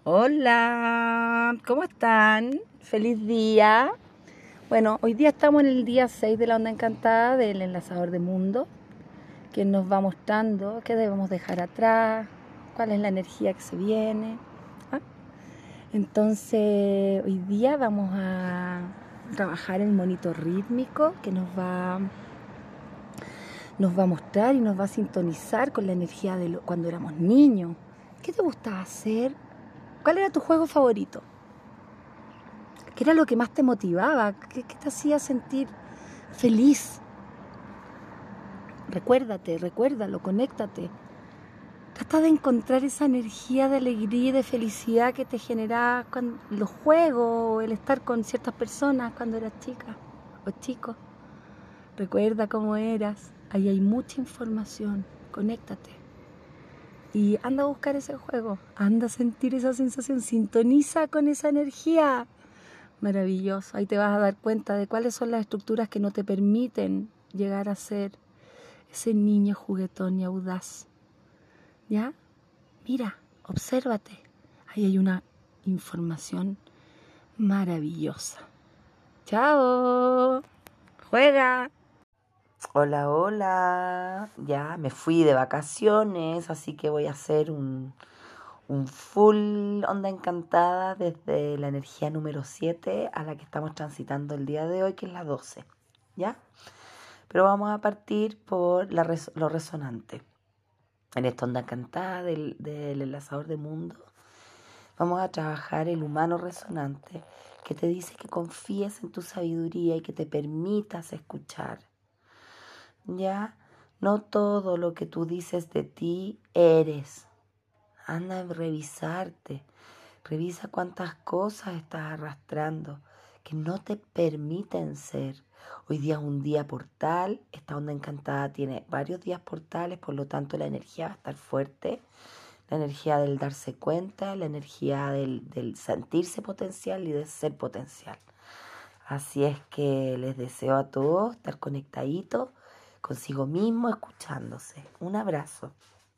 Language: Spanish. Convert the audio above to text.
Hola, ¿cómo están? Feliz día. Bueno, hoy día estamos en el día 6 de la onda encantada del enlazador de mundo, que nos va mostrando qué debemos dejar atrás, cuál es la energía que se viene. ¿Ah? Entonces, hoy día vamos a trabajar el monito rítmico que nos va a mostrar y nos va a sintonizar con la energía de cuando éramos niños. ¿Qué te gustaba hacer? ¿Cuál era tu juego favorito? ¿Qué era lo que más te motivaba? ¿Qué te hacía sentir feliz? Recuérdalo, conéctate. Trata de encontrar esa energía de alegría y de felicidad que te generaba los juegos, el estar con ciertas personas cuando eras chica o chico. Recuerda cómo eras. Ahí hay mucha información. Conéctate. Y anda a buscar ese juego. Anda a sentir esa sensación. Sintoniza con esa energía. Maravilloso. Ahí te vas a dar cuenta de cuáles son las estructuras que no te permiten llegar a ser ese niño juguetón y audaz. ¿Ya? Mira, obsérvate. Ahí hay una información maravillosa. ¡Chao! ¡Juega! Hola, hola. Ya me fui de vacaciones, así que voy a hacer un full onda encantada desde la energía número 7 a la que estamos transitando el día de hoy, que es la 12. ¿Ya? Pero vamos a partir por lo resonante. En esta onda encantada del enlazador de mundo, vamos a trabajar el humano resonante, que te dice que confíes en tu sabiduría y que te permitas escuchar. ¿Ya? No todo lo que tú dices de ti eres. Anda a revisarte. Revisa cuántas cosas estás arrastrando que no te permiten ser. Hoy día es un día portal. Esta onda encantada tiene varios días portales, por lo tanto la energía va a estar fuerte. La energía del darse cuenta, la energía del sentirse potencial y de ser potencial. Así es que les deseo a todos estar conectaditos consigo mismo, escuchándose. Un abrazo.